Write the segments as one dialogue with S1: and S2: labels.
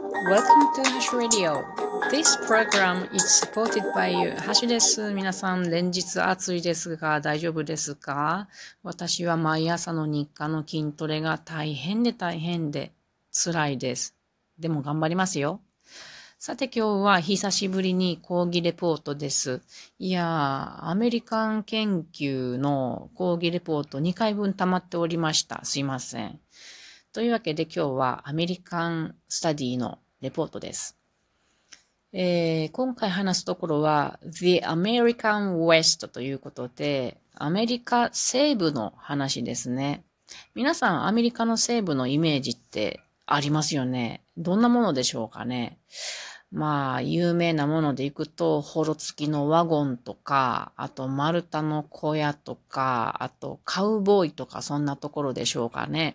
S1: Welcome to Hash Radio. This program is supported by you. ハッシュです。皆さん、連日暑いですが大丈夫ですか？私は毎朝の日課の筋トレが大変で辛いです。でも頑張りますよ。さて今日は久しぶりに講義レポートです。いやー、アメリカン研究の講義レポート2回分溜まっておりました。すいません。というわけで今日はアメリカンスタディのレポートです。今回話すところは The American West ということで、アメリカ西部の話ですね。皆さんアメリカの西部のイメージってありますよね。どんなものでしょうかね。まあ、有名なものでいくと、ホロ付きのワゴンとか、あと丸太の小屋とか、あとカウボーイとかそんなところでしょうかね。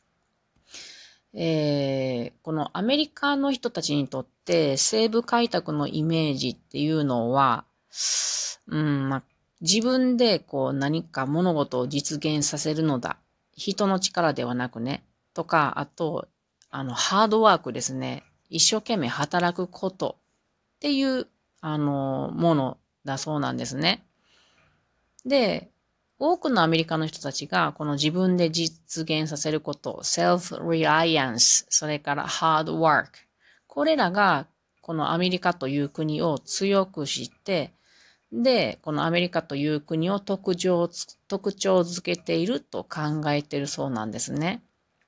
S1: このアメリカの人たちにとって西部開拓のイメージっていうのは、自分でこう何か物事を実現させるのだ。人の力ではなくね。とか、あと、ハードワークですね。一生懸命働くことっていう、ものだそうなんですね。で、多くのアメリカの人たちがこの自分で実現させること、self-reliance、それから hard work。これらがこのアメリカという国を強くして、で、このアメリカという国を特徴づけていると考えているそうなんですね。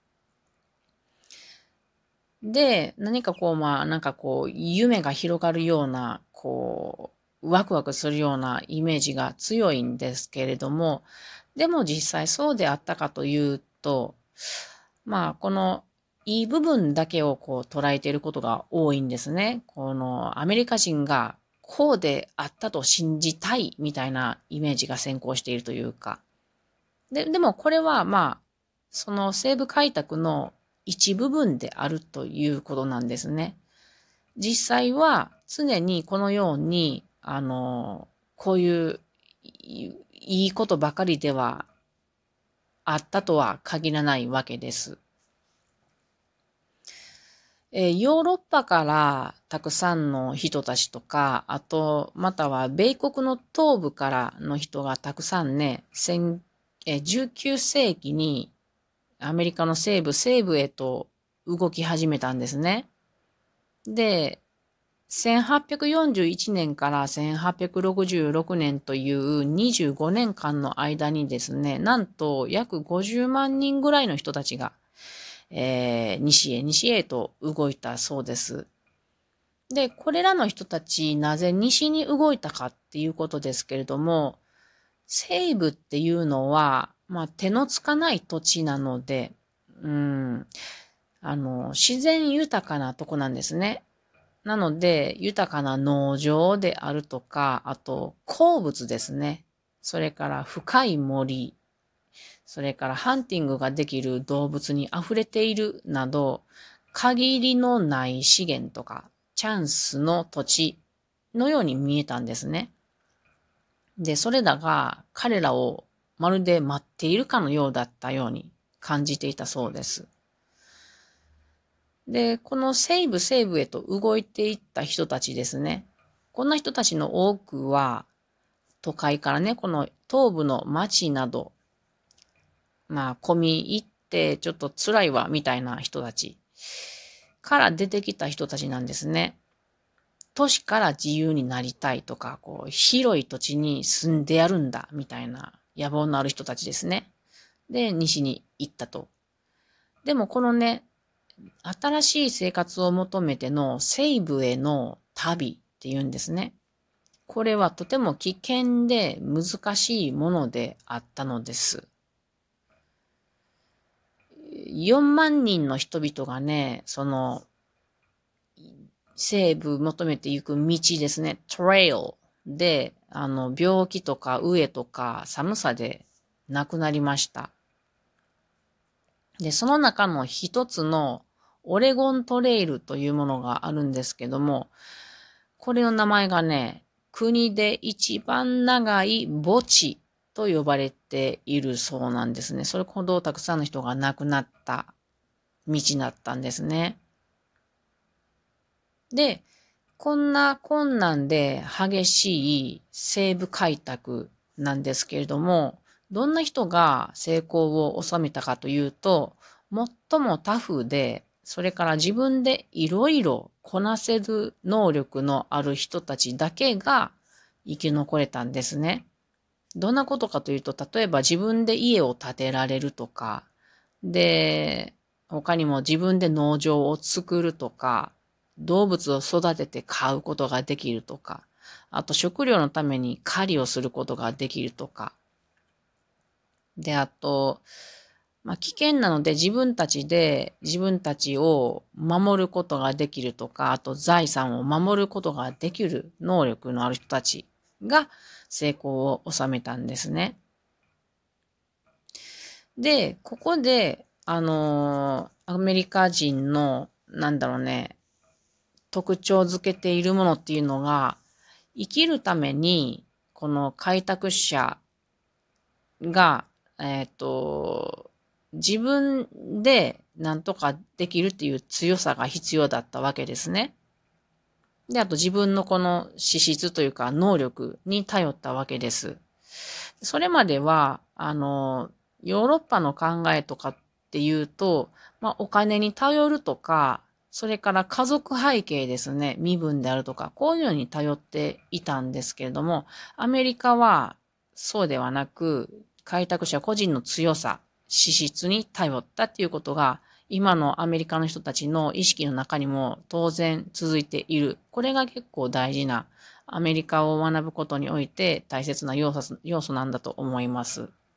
S1: で、何かこう、夢が広がるような、ワクワクするようなイメージが強いんですけれども、でも実際そうであったかというと、このいい部分だけを捉えていることが多いんですね。このアメリカ人がこうであったと信じたいみたいなイメージが先行しているというか。でもこれはその西部開拓の一部分であるということなんですね。実際は常にこのように、こういういいことばかりではあったとは限らないわけです。ヨーロッパからたくさんの人たちとか、あと、または米国の東部からの人がたくさんね、19世紀にアメリカの西部へと動き始めたんですね。で、1841年から1866年という25年間の間にですね、なんと約50万人ぐらいの人たちが、西へと動いたそうです。で、これらの人たち、なぜ西に動いたかっていうことですけれども、西部っていうのは、手のつかない土地なので、自然豊かなとこなんですね。なので、豊かな農場であるとか、あと、鉱物ですね。それから深い森、それからハンティングができる動物に溢れているなど、限りのない資源とか、チャンスの土地のように見えたんですね。で、それらが彼らをまるで待っているかのようだったように感じていたそうです。で、この西部へと動いていった人たちですね。こんな人たちの多くは、都会からね、この東部の町など、込み入ってちょっと辛いわ、みたいな人たちから出てきた人たちなんですね。都市から自由になりたいとか、広い土地に住んでやるんだ、みたいな野望のある人たちですね。で、西に行ったと。でもこのね、新しい生活を求めての西部への旅っていうんですね。これはとても危険で難しいものであったのです。4万人の人々がね、その西部求めていく道ですね、トレイルで、病気とか飢えとか寒さで亡くなりました。で、その中の一つのオレゴントレイルというものがあるんですけども、これの名前がね、国で一番長い墓地と呼ばれているそうなんですね。それほどたくさんの人が亡くなった道だったんですね。 で、こんな困難で激しい西部開拓なんですけれども、どんな人が成功を収めたかというと、最もタフで、それから自分でいろいろこなせる能力のある人たちだけが生き残れたんですね。どんなことかというと、例えば自分で家を建てられるとか、で、他にも自分で農場を作るとか、動物を育てて飼うことができるとか、あと食料のために狩りをすることができるとか、で、あと、危険なので自分たちで自分たちを守ることができるとか、あと財産を守ることができる能力のある人たちが成功を収めたんですね。で、ここで、アメリカ人の、特徴づけているものっていうのが、生きるために、この開拓者が、自分で何とかできるっていう強さが必要だったわけですね。で、あと自分のこの資質というか能力に頼ったわけです。それまでは、ヨーロッパの考えとかっていうと、お金に頼るとか、それから家族背景ですね、身分であるとか、こういうのに頼っていたんですけれども、アメリカはそうではなく、開拓者個人の強さ、資質に頼ったっていうことが、今のアメリカの人たちの意識の中にも当然続いている。これが結構大事なアメリカを学ぶことにおいて大切な要素なんだと思います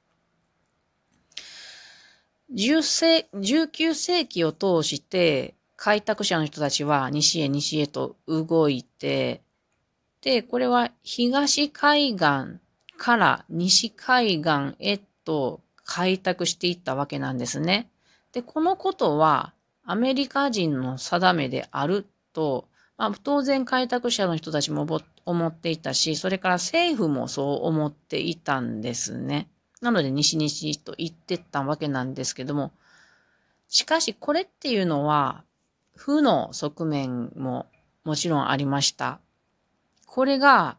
S1: 。19世紀を通して開拓者の人たちは西へと動いて、で、これは東海岸から西海岸へと開拓していったわけなんですね。で、このことはアメリカ人の定めであると、当然開拓者の人たちも思っていたし、それから政府もそう思っていたんですね。なので西と言ってったわけなんですけども、しかしこれっていうのは負の側面ももちろんありました。これが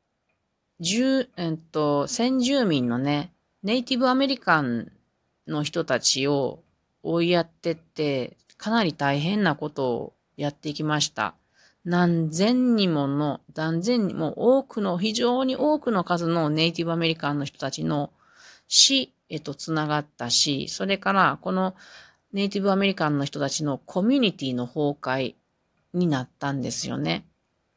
S1: 先住民のね、ネイティブアメリカンの人たちを追いやってって、かなり大変なことをやっていきました。何千にも非常に多くの数のネイティブアメリカンの人たちの死へとつながったし、それからこのネイティブアメリカンの人たちのコミュニティの崩壊になったんですよね。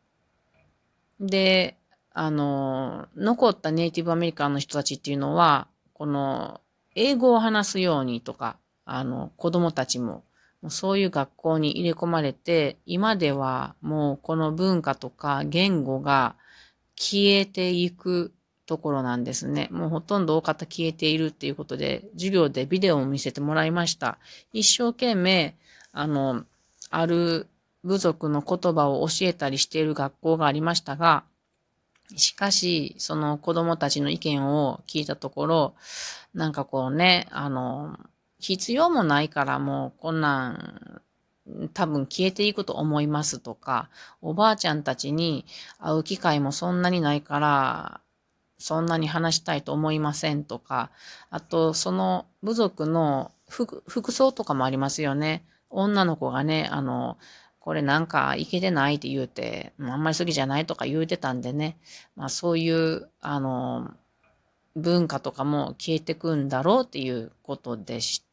S1: で、残ったネイティブアメリカンの人たちっていうのは、この、英語を話すようにとか、子供たちも、そういう学校に入れ込まれて、今ではもうこの文化とか言語が消えていくところなんですね。もうほとんど大方消えているっていうことで、授業でビデオを見せてもらいました。一生懸命、ある部族の言葉を教えたりしている学校がありましたが、しかし、その子供たちの意見を聞いたところ、必要もないからもうこんなん多分消えていくと思いますとか、おばあちゃんたちに会う機会もそんなにないから、そんなに話したいと思いませんとか、あとその部族の服装とかもありますよね。女の子がね、これなんかいけてないって言うて、あんまり好きじゃないとか言うてたんでね、そういう、文化とかも消えてくんだろうっていうことでした。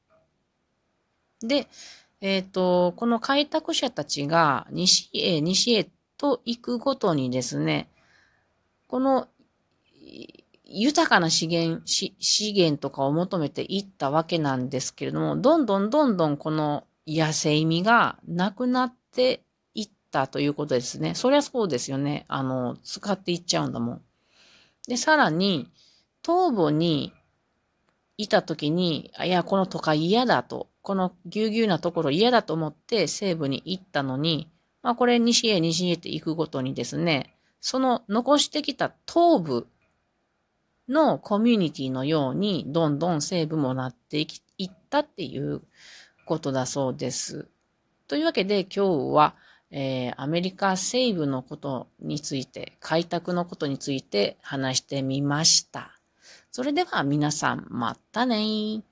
S1: で、この開拓者たちが西へと行くごとにですね、この豊かな資源とかを求めていったわけなんですけれども、どんどんこの野生味がなくなっていったということですね。そりゃそうですよね。使っていっちゃうんだもん。で、さらに、東部にいたときに、いや、この都会嫌だと、このぎゅうぎゅうなところ嫌だと思って西部に行ったのに、これ西へって行くごとにですね、その残してきた東部のコミュニティのように、どんどん西部もなっていったっていうことだそうです。というわけで今日はアメリカ西部のことについて、開拓のことについて話してみました。それでは皆さん、またね。